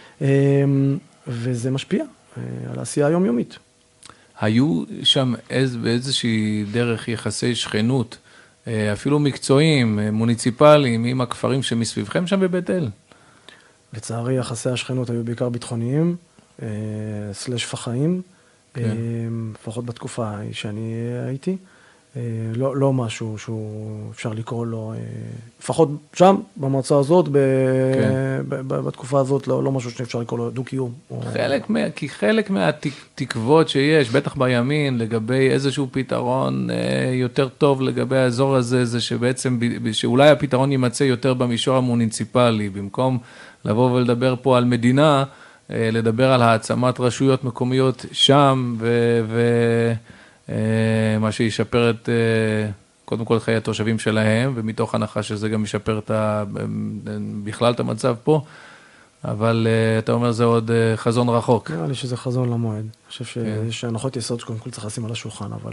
וזה משפיע על העשייה היומיומית. היו שם באיזושהי דרך יחסי שכנות, אפילו מקצועיים, מוניציפליים, עם הכפרים שמסביבכם שם בבית אל? לצערי, יחסי השכנות היו בעיקר ביטחוניים, סלש פחיים, לפחות בתקופה שאני הייתי. לא, לא משהו שהוא אפשר לקרוא לו, לפחות שם, במועצה הזאת, בתקופה הזאת, לא, לא משהו שאפשר לקרוא לו דו-קיום. חלק מה, כי חלק מהתקוות שיש, בטח בימין, לגבי איזשהו פתרון יותר טוב לגבי האזור הזה, זה שבעצם, שאולי הפתרון יימצא יותר במישור המוניציפלי, במקום לבוא ולדבר פה על מדינה, לדבר על העצמת רשויות מקומיות שם, ו... ו מה שישפר את, קודם כל, חיי התושבים שלהם, ומתוך הנחה שזה גם ישפר את ה, בכלל את המצב פה, אבל אתה אומר זה עוד חזון רחוק. נראה לי שזה חזון למועד. אני חושב שיש הנחות יסוד שקודם כל צריך לשים על השולחן, אבל...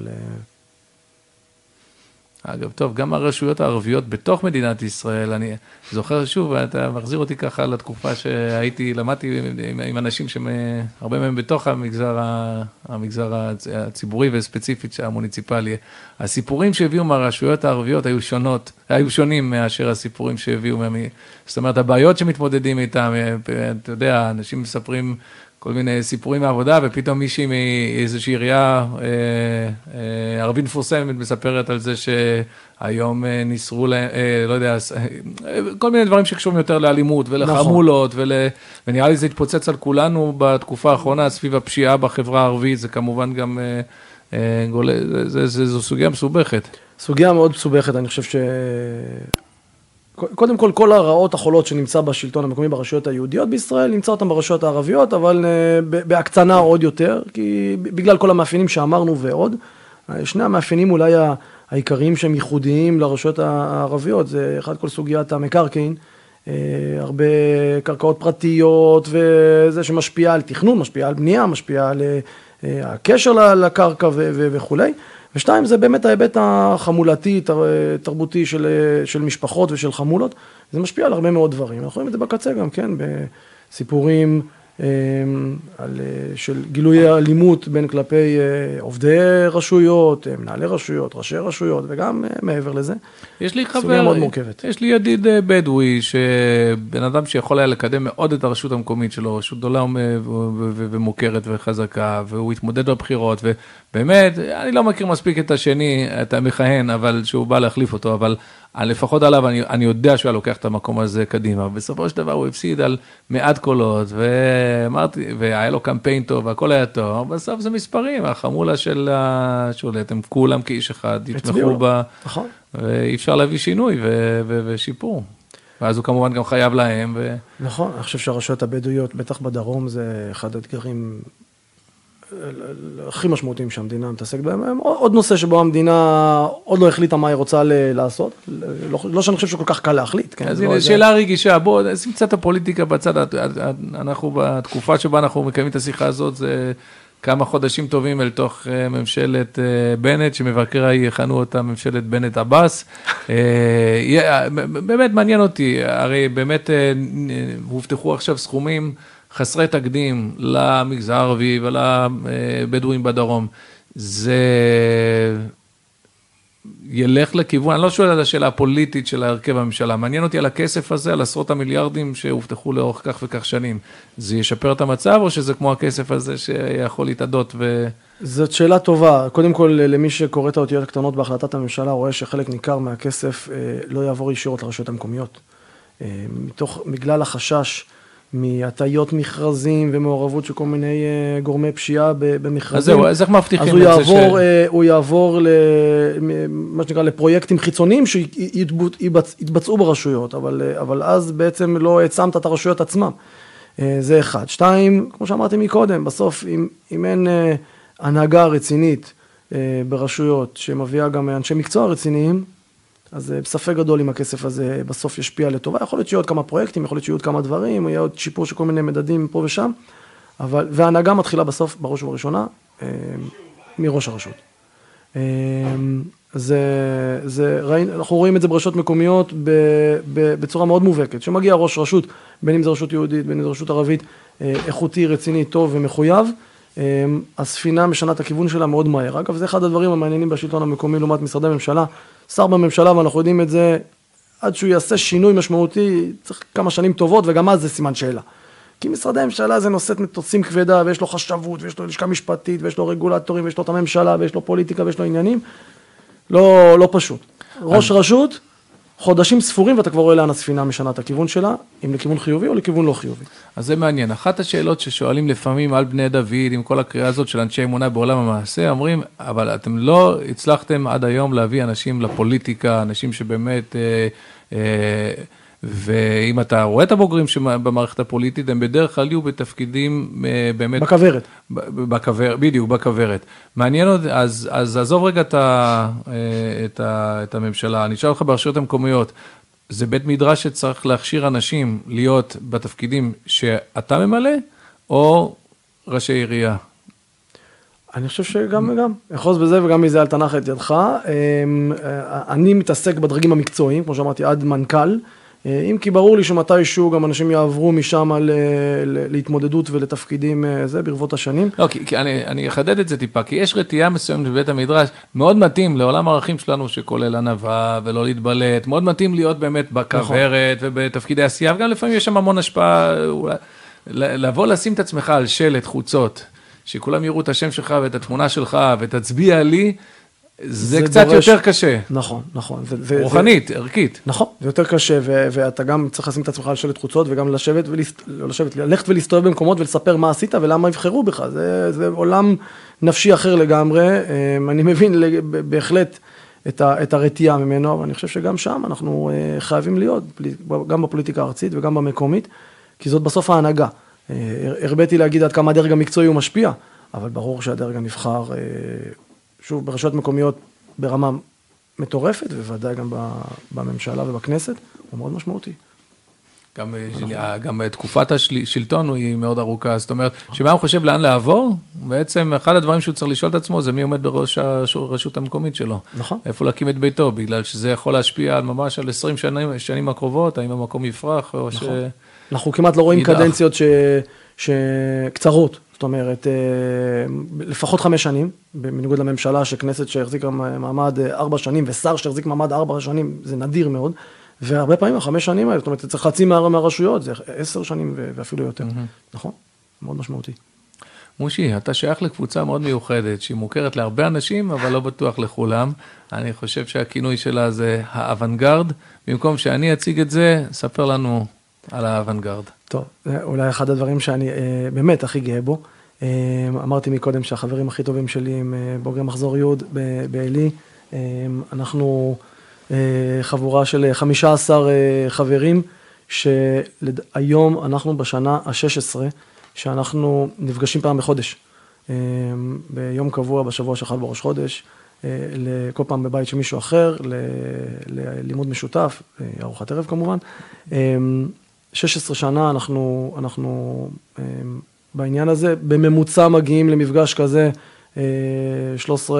אגב, טוב, גם הרשויות הערביות בתוך מדינת ישראל, אני זוכר שוב, אתה מחזיר אותי ככה לתקופה שהייתי, למדתי עם, עם אנשים שהרבה מהם בתוך המגזר, המגזר הציבורי וספציפית המוניציפלי. הסיפורים שהביאו מהרשויות הערביות היו שונות, היו שונים מאשר הסיפורים שהביאו, זאת אומרת, הבעיות שמתמודדים איתם, אתה יודע, אנשים מספרים כל מיני סיפורים מהעבודה, ופתאום מישהי מאיזושהי עירייה ערבית מפורסמת מספרת על זה שהיום ניסרו להם, לא יודע, כל מיני דברים שקשורים יותר לאלימות ולחמולות, ונראה לי זה התפוצץ על כולנו בתקופה האחרונה, סביב הפשיעה בחברה הערבית, זה כמובן גם, זו סוגיה מסובכת. סוגיה מאוד מסובכת, אני חושב ש... קודם כל, כל הרעות החולות שנמצא בשלטון המקומי ברשויות היהודיות בישראל, נמצא אותם ברשויות הערביות, אבל בהקצנה עוד יותר, כי בגלל כל המאפיינים שאמרנו ועוד, שני המאפיינים אולי העיקריים שהם ייחודיים לרשויות הערביות, זה אחד כל סוגיית המקרקעין, הרבה קרקעות פרטיות, וזה שמשפיע על תכנון, משפיע על בנייה, משפיע על הקשר לקרקע וכו'. ושתיים, זה באמת ההיבט החמולתי, תרבותי של, של משפחות ושל חמולות. זה משפיע על הרבה מאוד דברים. אנחנו רואים את זה בקצה גם, כן, בסיפורים על, של גילוי אלימות בין כלפי עובדי רשויות, מנהלי רשויות, ראשי רשויות, וגם מעבר לזה. יש לי חבר, מאוד מורכבת. יש לי ידיד בדואי, שבן אדם שיכול היה לקדם מאוד את הרשות המקומית שלו, רשות גדולה ומוכרת וחזקה, והוא התמודד בבחירות, ובאמת, אני לא מכיר מספיק את השני, את המכהן, אבל שהוא בא להחליף אותו, אבל לפחות עליו, אני, אני יודע שהוא היה לוקח את המקום הזה קדימה, בסופו של דבר הוא הפסיד על מעט קולות, ואמרתי, והיה לו קמפיין טוב, והכל היה טוב, בסוף זה מספרים, החמולה של השולט, הם כולם כאיש אחד, יתמכו בה, נכון. ואי אפשר להביא שינוי ו- ו- ושיפור. ואז הוא כמובן גם חייב להם. ו... נכון, אני חושב שהרשויות הבדואיות, בטח בדרום, זה אחד האתגרים הכי משמעותיים שהמדינה מתעסק בהם. עוד נושא שבו המדינה עוד לא החליטה מה היא רוצה לעשות, לא, לא שאני חושב שכל כך קל להחליט. כן, אז הנה, שאלה רגישה, בואו נשים קצת הפוליטיקה בצד, אנחנו בתקופה שבה אנחנו מקיימים את השיחה הזאת, זה כמה חודשים טובים אל תוך ממשלת בנט, שמבקרה יכנו אותה ממשלת בנט עבאס. באמת מעניין אותי, הרי באמת הובטחו עכשיו סכומים חסרי תקדים למגזר הערבי ולבדואים בדרום. זה ילך לכיוון, אני לא שואל על השאלה הפוליטית של ההרכב הממשלה, מעניין אותי על הכסף הזה, על עשרות המיליארדים שהובטחו לאורך כך וכך שנים. זה ישפר את המצב או שזה כמו הכסף הזה שיכול להתעדות ו... זאת שאלה טובה. קודם כל, למי שקורא את האותיות הקטנות בהחלטת הממשלה, רואה שחלק ניכר מהכסף לא יעבור ישירות לרשויות המקומיות. מתוך, בגלל החשש מהטיות מכרזים ומעורבות של כל מיני גורמי פשיעה במכרזים. אז זהו, אז איך מבטיחים את זה? אז הוא יעבור, הוא יעבור מה שנקרא, לפרויקטים חיצוניים שיתבצעו ברשויות, אבל, אבל אז בעצם לא העצמת את הרשויות עצמם. זה אחד. שתיים, כמו שאמרתי מקודם, בסוף, אם, אם אין הנהגה רצינית ברשויות, שמביאה גם אנשי מקצוע רציניים, אז בספק גדול אם הכסף הזה בסוף ישפיע לטובה. יכול להיות שיהיו עוד כמה פרויקטים, יכול להיות שיהיו עוד כמה דברים, יהיה עוד שיפור של כל מיני מדדים פה ושם, אבל, וההנהגה מתחילה בסוף, בראש ובראשונה, מראש הרשות. זה, זה, אנחנו רואים את זה ברשויות מקומיות בצורה מאוד מובהקת, שמגיע ראש רשות, בין אם זה רשות יהודית, בין אם זה רשות ערבית, איכותי, רציני, טוב ומחויב, הספינה משנה את הכיוון שלה מאוד מהר. אגב, זה אחד הדברים המעניינים בשלטון המקומי לעומת משרדי ממשלה. שר בממשלה, ואנחנו יודעים את זה, עד שהוא יעשה שינוי משמעותי, צריך כמה שנים טובות, וגם אז זה סימן שאלה. כי משרדי הממשלה זה נושאת מטוסים כבדה, ויש לו חשבות, ויש לו לשכה משפטית, ויש לו רגולטורים, ויש לו את הממשלה, ויש לו פוליטיקה, ויש לו עניינים. לא, לא פשוט. ראש רשות, חודשים ספורים, ואתה כבר רואה לאן הספינה משנה את הכיוון שלה, אם לכיוון חיובי או לכיוון לא חיובי. אז זה מעניין. אחת השאלות ששואלים לפעמים על בני דוד, עם כל הקריאה הזאת של אנשי אמונה בעולם המעשה, אומרים, אבל אתם לא הצלחתם עד היום להביא אנשים לפוליטיקה, אנשים שבאמת, אה, אה, ואם אתה רואה את הבוגרים במערכת הפוליטית, הם בדרך כלל יהיו בתפקידים באמת... בכוורת. בכוורת, בדיוק, בכוורת. מעניין עוד, אז, אז עזוב רגע את, ה, את, ה, את הממשלה. אני אשאל לך ברשויות המקומיות, זה בית מדרש שצריך להכשיר אנשים להיות בתפקידים שאתה ממלא, או ראשי עירייה? אני חושב שגם וגם, אחוז בזה וגם מזה אל תנח את ידך. אני מתעסק בדרגים המקצועיים, כמו שאמרתי, עד מנכ"ל, אם כי ברור לי שמתישהו גם אנשים יעברו משם ל, ל, להתמודדות ולתפקידים זה ברבות השנים. לא, כי, כי אני, אני אחדד את זה טיפה, כי יש רתיעה מסוימת בבית המדרש, מאוד מתאים לעולם הערכים שלנו שכולל ענווה ולא להתבלט, מאוד מתאים להיות באמת בכוורת נכון. ובתפקידי עשייה, וגם לפעמים יש שם המון השפעה, לבוא לשים את עצמך על שלט חוצות, שכולם יראו את השם שלך ואת התמונה שלך ותצביע לי, זה, זה קצת דורש... יותר קשה. נכון, נכון. ו- רוחנית, ו- ערכית. נכון, זה יותר קשה, ו- ואתה גם צריך לשים את עצמך על שלט חוצות, וגם לשבת, ולהסת... לא לשבת, ללכת ולהסתובב במקומות ולספר מה עשית ולמה יבחרו בך. זה, זה עולם נפשי אחר לגמרי. אני מבין בהחלט את, ה- את הרתיעה ממנו, אבל אני חושב שגם שם אנחנו חייבים להיות, גם בפוליטיקה הארצית וגם במקומית, כי זאת בסוף ההנהגה. הרביתי להגיד עד כמה הדרג המקצועי הוא משפיע, אבל ברור שהדרג הנבחר... שוב, ברשויות מקומיות ברמה מטורפת, ובוודאי גם בממשלה ובכנסת, הוא מאוד משמעותי. גם, גם תקופת השלטון היא מאוד ארוכה, זאת אומרת, שמה הוא חושב לאן לעבור, בעצם אחד הדברים שהוא צריך לשאול את עצמו, זה מי עומד בראש הרשות המקומית שלו. נכון. איפה להקים את ביתו, בגלל שזה יכול להשפיע על ממש על עשרים שנים, שנים הקרובות, האם המקום יפרח, או נכון. ש... אנחנו כמעט לא רואים יידח. קדנציות ש... שקצרות. זאת אומרת, לפחות חמש שנים, בניגוד לממשלה, שכנסת שהחזיקה מעמד ארבע שנים, ושר שהחזיק מעמד ארבע שנים, זה נדיר מאוד, והרבה פעמים, החמש שנים האלה, זאת אומרת, צריך חצי מהרשויות, זה עשר שנים ואפילו יותר, נכון? מאוד משמעותי. מושי, אתה שייך לקבוצה מאוד מיוחדת, שהיא מוכרת להרבה אנשים, אבל לא בטוח לכולם. אני חושב שהכינוי שלה זה האוונגרד. במקום שאני אציג את זה, ספר לנו על האוונגרד. טוב, אולי אחד הדברים שאני באמת הכי גאה בו. אמרתי מקודם שהחברים הכי טובים שלי הם בוגרי מחזור י' בעלי. אנחנו חבורה של חמישה עשר חברים, שהיום אנחנו בשנה ה-שש עשרה, שאנחנו נפגשים פעם בחודש. ביום קבוע, בשבוע שחל בראש חודש, כל פעם בבית של מישהו אחר, ללימוד משותף, ארוחת ערב כמובן. שש עשרה שנה אנחנו, אנחנו בעניין הזה, בממוצע מגיעים למפגש כזה, שלוש עשרה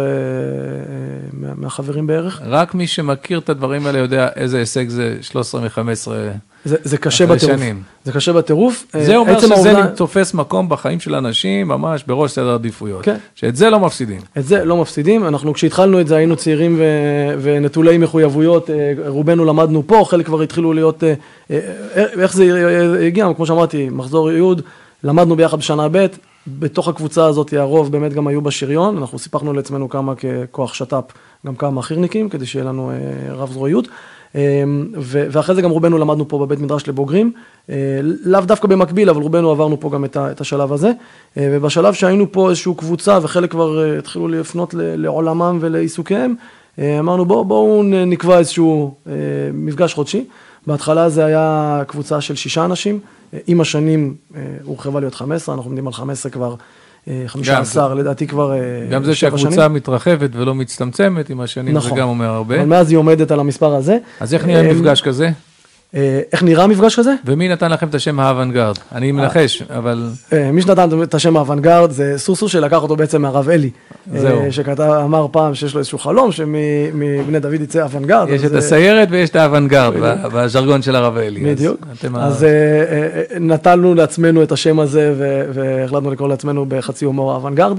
מהחברים בערך. רק מי שמכיר את הדברים האלה יודע איזה הישג זה שלוש עשרה מ-חמש עשרה זה, זה קשה בטירוף. שנים. זה קשה בטירוף. זה אומר שזה העובדה... תופס מקום בחיים של אנשים, ממש בראש סדר עדיפויות. כן. שאת זה לא מפסידים. את זה לא מפסידים. אנחנו כשהתחלנו את זה היינו צעירים ו... ונטולי מחויבויות, רובנו למדנו פה, חלק כבר התחילו להיות, איך זה הגיע, כמו שאמרתי, מחזור י', למדנו ביחד בשנה ב', בתוך הקבוצה הזאת הרוב באמת גם היו בשריון, אנחנו סיפחנו לעצמנו כמה ככוח שט"פ, גם כמה חי"רניקים, כדי שיהיה לנו רב זרועיות, ואחרי זה גם רובנו למדנו פה בבית מדרש לבוגרים, לאו דווקא במקביל, אבל רובנו עברנו פה גם את השלב הזה, ובשלב שהיינו פה איזושהי קבוצה, וחלק כבר התחילו לפנות לעולמם ולעיסוקיהם, אמרנו בואו בוא נקבע איזשהו מפגש חודשי, בהתחלה זה היה קבוצה של שישה אנשים, עם השנים הורחבה להיות חמש עשרה, אנחנו עומדים על חמש עשרה כבר, חמישה עשר, לדעתי כבר שבע שנים. גם זה שהקבוצה מתרחבת ולא מצטמצמת עם השנים, זה גם אומר הרבה. אבל מאז היא עומדת על המספר הזה. אז איך נראה מפגש כזה? איך נראה מפגש כזה? ומי נתן לכם את השם האוונגרד? אני מנחש, אבל... מי שנתן את השם האוונגרד זה סוסו שלקח אותו בעצם מהרב אלי. זהו. שאמר פעם שיש לו איזשהו חלום, שמבני דוד יצא אוונגרד. יש את הסיירת ויש את האוונגרד, בז'רגון של הרב אלי. בדיוק. אז נתנו לעצמנו את השם הזה, והחלטנו לקרוא לעצמנו בחצי הומור האוונגרד.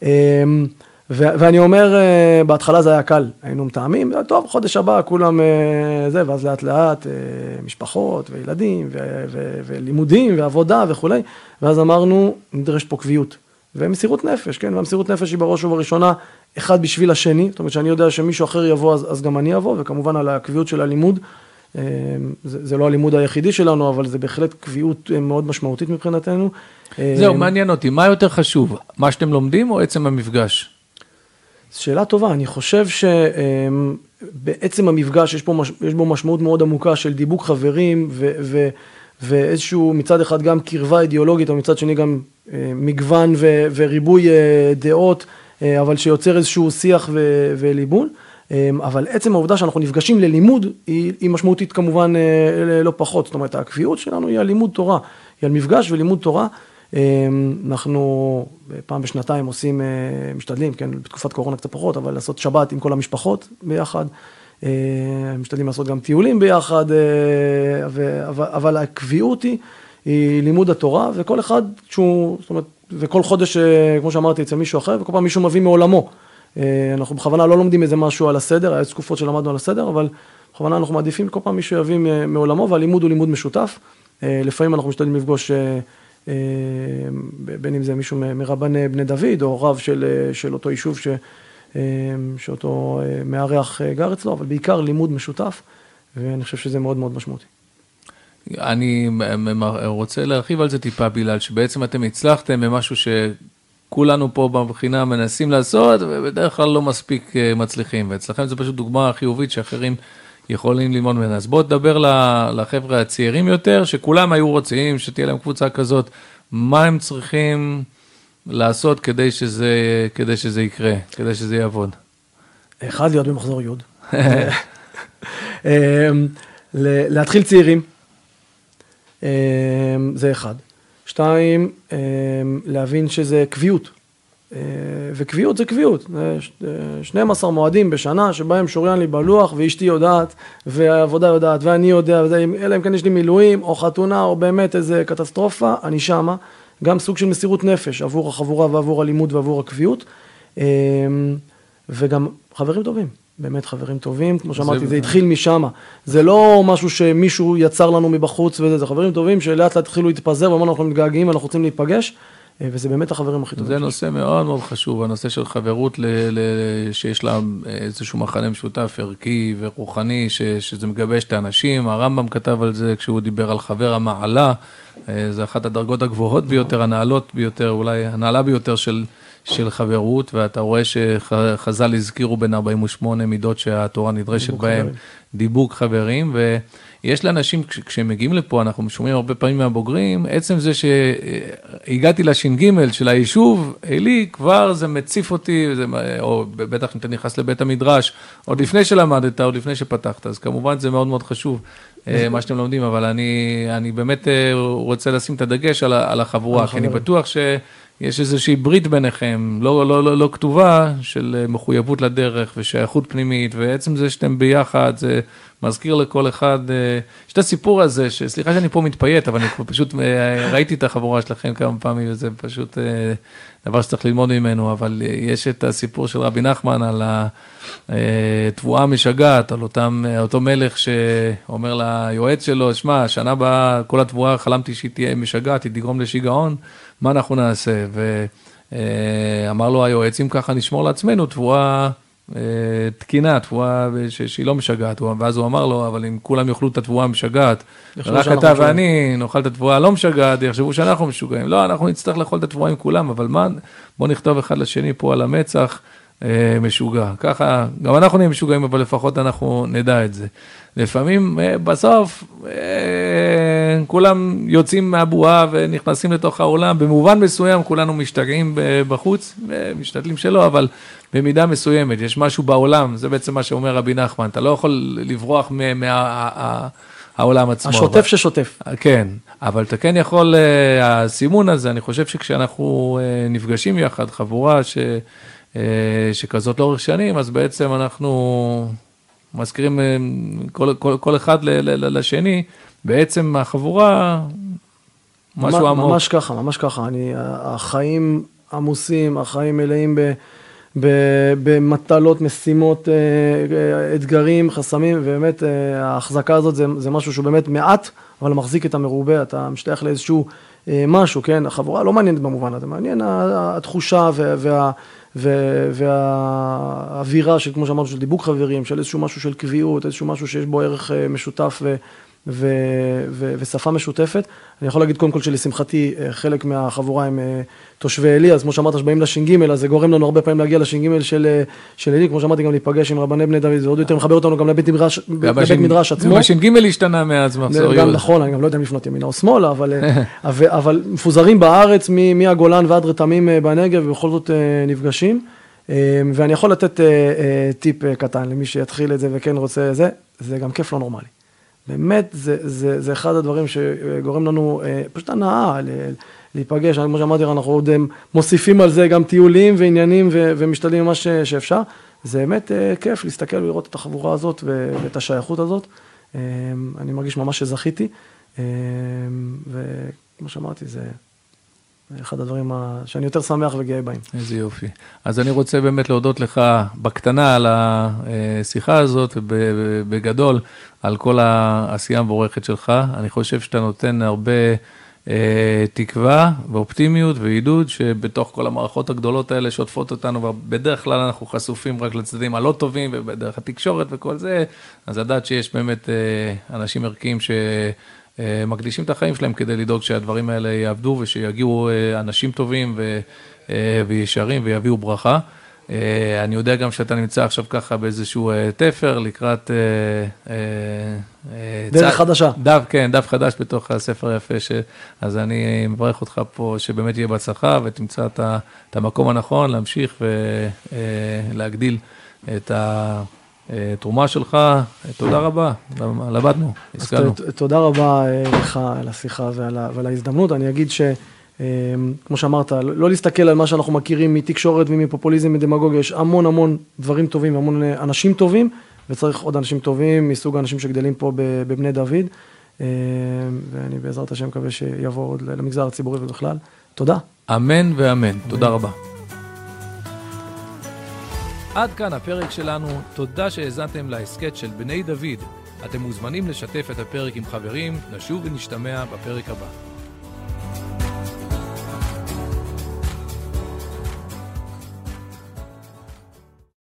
ואני אומר, בהתחלה זה היה קל, היינו מתאמים, טוב, חודש הבא כולם זה, ואז לאט לאט משפחות וילדים ולימודים ועבודה וכו'. ואז אמרנו, נדרש פה קביעות ומסירות נפש, כן? והמסירות נפש היא בראש ובראשונה אחד בשביל השני, זאת אומרת שאני יודע שמישהו אחר יבוא, אז, אז גם אני אבוא, וכמובן על הקביעות של הלימוד, זה, זה לא הלימוד היחידי שלנו, אבל זה בהחלט קביעות מאוד משמעותית מבחינתנו. זהו, מעניין אותי, מה יותר חשוב, מה שאתם לומדים או עצם המפגש? שאלה טובה, אני חושב שבעצם המפגש יש, פה, יש בו משמעות מאוד עמוקה של דיבוק חברים ו, ו, ואיזשהו מצד אחד גם קרבה אידיאולוגית, או מצד שני גם מגוון ו, וריבוי דעות, אבל שיוצר איזשהו שיח ו, וליבון. אבל עצם העובדה שאנחנו נפגשים ללימוד היא, היא משמעותית כמובן לא פחות. זאת אומרת, הקביעות שלנו היא על לימוד תורה, היא על מפגש ולימוד תורה. אנחנו פעם בשנתיים עושים, משתדלים, כן, בתקופת קורונה קצת פחות, אבל לעשות שבת עם כל המשפחות ביחד, משתדלים לעשות גם טיולים ביחד, אבל הקביעות היא, היא לימוד התורה, וכל אחד שהוא, זאת אומרת, וכל חודש, כמו שאמרתי, אצל מישהו אחר, וכל פעם מישהו מביא מעולמו. אנחנו בכוונה לא לומדים איזה משהו על הסדר, היה תקופות שלמדנו על הסדר, אבל בכוונה אנחנו מעדיפים, כל פעם מישהו יביא מעולמו, והלימוד הוא לימוד משותף. לפעמים אנחנו משתדלים לפגוש בין אם זה מישהו מרבני בני דוד, או רב של, של אותו יישוב ש, שאותו מארח גר אצלו, אבל בעיקר לימוד משותף, ואני חושב שזה מאוד מאוד משמעותי. אני רוצה להרחיב על זה טיפה, בגלל שבעצם אתם הצלחתם במשהו שכולנו פה בבחינה מנסים לעשות, ובדרך כלל לא מספיק מצליחים, ואצלכם זה פשוט דוגמה חיובית שאחרים יכולים ללמוד ממנה. אז בואו תדבר לחבר'ה הצעירים יותר, שכולם היו רוצים שתהיה להם קבוצה כזאת, מה הם צריכים לעשות כדי שזה, כדי שזה יקרה, כדי שזה יעבוד? אחד, להיות במחזור י'. להתחיל צעירים, זה אחד. שתיים, להבין שזה קביעות. וקביעות זה קביעות, שנים עשר מועדים בשנה שבהם שוריין לי בלוח ואשתי יודעת והעבודה יודעת ואני יודע, אלא אם כן יש לי מילואים או חתונה או באמת איזה קטסטרופה, אני שמה, גם סוג של מסירות נפש עבור החבורה ועבור הלימוד ועבור הקביעות, וגם חברים טובים, באמת חברים טובים, כמו שאמרתי, זה התחיל משם, זה לא משהו שמישהו יצר לנו מבחוץ וזה, זה חברים טובים שלאט לאט התחילו להתפזר ואמרנו אנחנו מתגעגעים, אנחנו רוצים להיפגש, וזה באמת החברים הכי טובים. זה נושא מאוד מאוד חשוב, הנושא של חברות ל, ל, שיש לה איזשהו מחנה משותף ערכי ורוחני, ש, שזה מגבש את האנשים. הרמב"ם כתב על זה כשהוא דיבר על חבר המעלה, זה אחת הדרגות הגבוהות ביותר, הנעלות ביותר, אולי הנעלה ביותר של, של חברות, ואתה רואה שחז"ל הזכירו בין ארבעים ושמונה מידות שהתורה נדרשת בהם, דיבוק חברים, ו... יש לאנשים, כשהם מגיעים לפה, אנחנו שומעים הרבה פעמים מהבוגרים, עצם זה שהגעתי לש"ג של היישוב, אלי, כבר זה מציף אותי, או בטח אם אתה נכנס לבית המדרש, עוד לפני שלמדת, עוד לפני שפתחת, אז כמובן זה מאוד מאוד חשוב, מה שאתם לומדים, אבל אני, אני באמת רוצה לשים את הדגש על, על החבורה, כי אני בטוח שיש איזושהי ברית ביניכם, לא, לא, לא, לא כתובה, של מחויבות לדרך ושייכות פנימית, ועצם זה שאתם ביחד, זה מזכיר לכל אחד, יש את הסיפור הזה, סליחה שאני פה מתפייט, אבל אני פשוט ראיתי את החבורה שלכם כמה פעמים, וזה פשוט דבר שצריך ללמוד ממנו, אבל יש את הסיפור של רבי נחמן על התבואה המשגעת, על אותם, אותו מלך שאומר ליועץ שלו, שמע, שנה הבאה כל התבואה חלמתי שהיא תהיה משגעת, היא תגרום לשיגעון, מה אנחנו נעשה? ואמר לו היועץ, אם ככה נשמור לעצמנו, תבואה תקינה, תבואה שהיא לא משגעת, ואז הוא אמר לו, אבל אם כולם יאכלו את התבואה המשגעת, רק אתה ואני נאכל את התבואה הלא משגעת, יחשבו שאנחנו משוגעים. לא, אנחנו נצטרך לאכול את התבואה עם כולם, אבל מה, בוא נכתוב אחד לשני פה על המצח, משוגע. ככה, גם אנחנו נהיה משוגעים, אבל לפחות אנחנו נדע את זה. לפעמים, בסוף, כולם יוצאים מהבועה ונכנסים לתוך העולם, במובן מסוים כולנו משתגעים בחוץ, משתדלים שלא, אבל במידה מסוימת, יש משהו בעולם, זה בעצם מה שאומר רבי נחמן, אתה לא יכול לברוח מהעולם עצמו. השוטף ששוטף. כן, אבל אתה כן יכול, הסימון הזה, אני חושב שכשאנחנו נפגשים יחד, חבורה ש... שכזאת לאורך שנים, אז בעצם אנחנו מזכירים כל, כל, כל אחד ל, ל, לשני, בעצם החבורה, משהו עמוק. ממש ככה, ממש ככה. אני, החיים עמוסים, החיים מלאים ב, ב, במטלות, משימות, אתגרים, חסמים, ובאמת ההחזקה הזאת זה, זה משהו שהוא באמת מעט, אבל מחזיק את המרובה, אתה משתייך לאיזשהו משהו, כן? החבורה לא מעניינת במובן הזה, מעניין התחושה וה... והאווירה של, כמו שאמרנו, של דיבוק חברים, של איזשהו משהו של קביעות, איזשהו משהו שיש בו ערך משותף ו, ו, ו, ושפה משותפת. אני יכול להגיד קודם כל שלשמחתי חלק מהחבורה הם תושבי אלי, אז כמו שאמרת שבאים לש"ג, אז זה גורם לנו הרבה פעמים להגיע לש"ג של, של אלי, כמו שאמרתי גם להיפגש עם רבני בני דוד, זה עוד יותר מחבר אותנו גם לבית מדרש, לבית מדרש עצמו. גם הש"ג השתנה מאז מחזוריות. גם נכון, אני גם לא יודע אם לפנות ימינה או שמאלה, אבל, אבל מפוזרים בארץ, מהגולן ועד רתמים בנגב, ובכל זאת נפגשים. ואני יכול לתת טיפ קטן למי שיתחיל את זה וכן רוצה זה, זה גם כיף לא נורמלי. באמת, זה, זה, זה אחד הדברים שגורם לנו פשוט הנאה להיפגש. כמו שאמרתי, אנחנו עוד מוסיפים על זה גם טיולים ועניינים ומשתדלים מה שאפשר. זה באמת כיף להסתכל ולראות את החבורה הזאת ואת השייכות הזאת. אני מרגיש ממש שזכיתי. וכמו שאמרתי, זה אחד הדברים שאני יותר שמח וגאה בהם. איזה יופי. אז אני רוצה באמת להודות לך בקטנה על השיחה הזאת, ובגדול על כל העשייה המבורכת שלך. אני חושב שאתה נותן הרבה תקווה ואופטימיות ועידוד, שבתוך כל המערכות הגדולות האלה שעוטפות אותנו, ובדרך כלל אנחנו חשופים רק לצדדים הלא טובים, ובדרך התקשורת וכל זה, אז לדעת שיש באמת אנשים ערכיים ש... מקדישים את החיים שלהם כדי לדאוג שהדברים האלה יעבדו ושיגיעו אנשים טובים ו... וישרים ויביאו ברכה. אני יודע גם שאתה נמצא עכשיו ככה באיזשהו תפר לקראת... דרך חדשה. דף, כן, דף חדש בתוך הספר היפה, ש... אז אני מברך אותך פה שבאמת יהיה בהצלחה ותמצא את המקום הנכון להמשיך ולהגדיל את ה... תרומה שלך, תודה רבה, למדנו, הסכמנו. תודה רבה לך על השיחה ועל ההזדמנות. אני אגיד שכמו שאמרת, לא להסתכל על מה שאנחנו מכירים מתקשורת ומפופוליזם ודמגוגיה, יש המון המון דברים טובים, המון אנשים טובים, וצריך עוד אנשים טובים מסוג האנשים שגדלים פה בבני דוד, ואני בעזרת השם מקווה שיבוא עוד למגזר הציבורי ובכלל. תודה. אמן ואמן, תודה רבה. עד כאן הפרק שלנו, תודה שהאזנתם להסכת של בני דוד. אתם מוזמנים לשתף את הפרק עם חברים, נשוב ונשתמע בפרק הבא.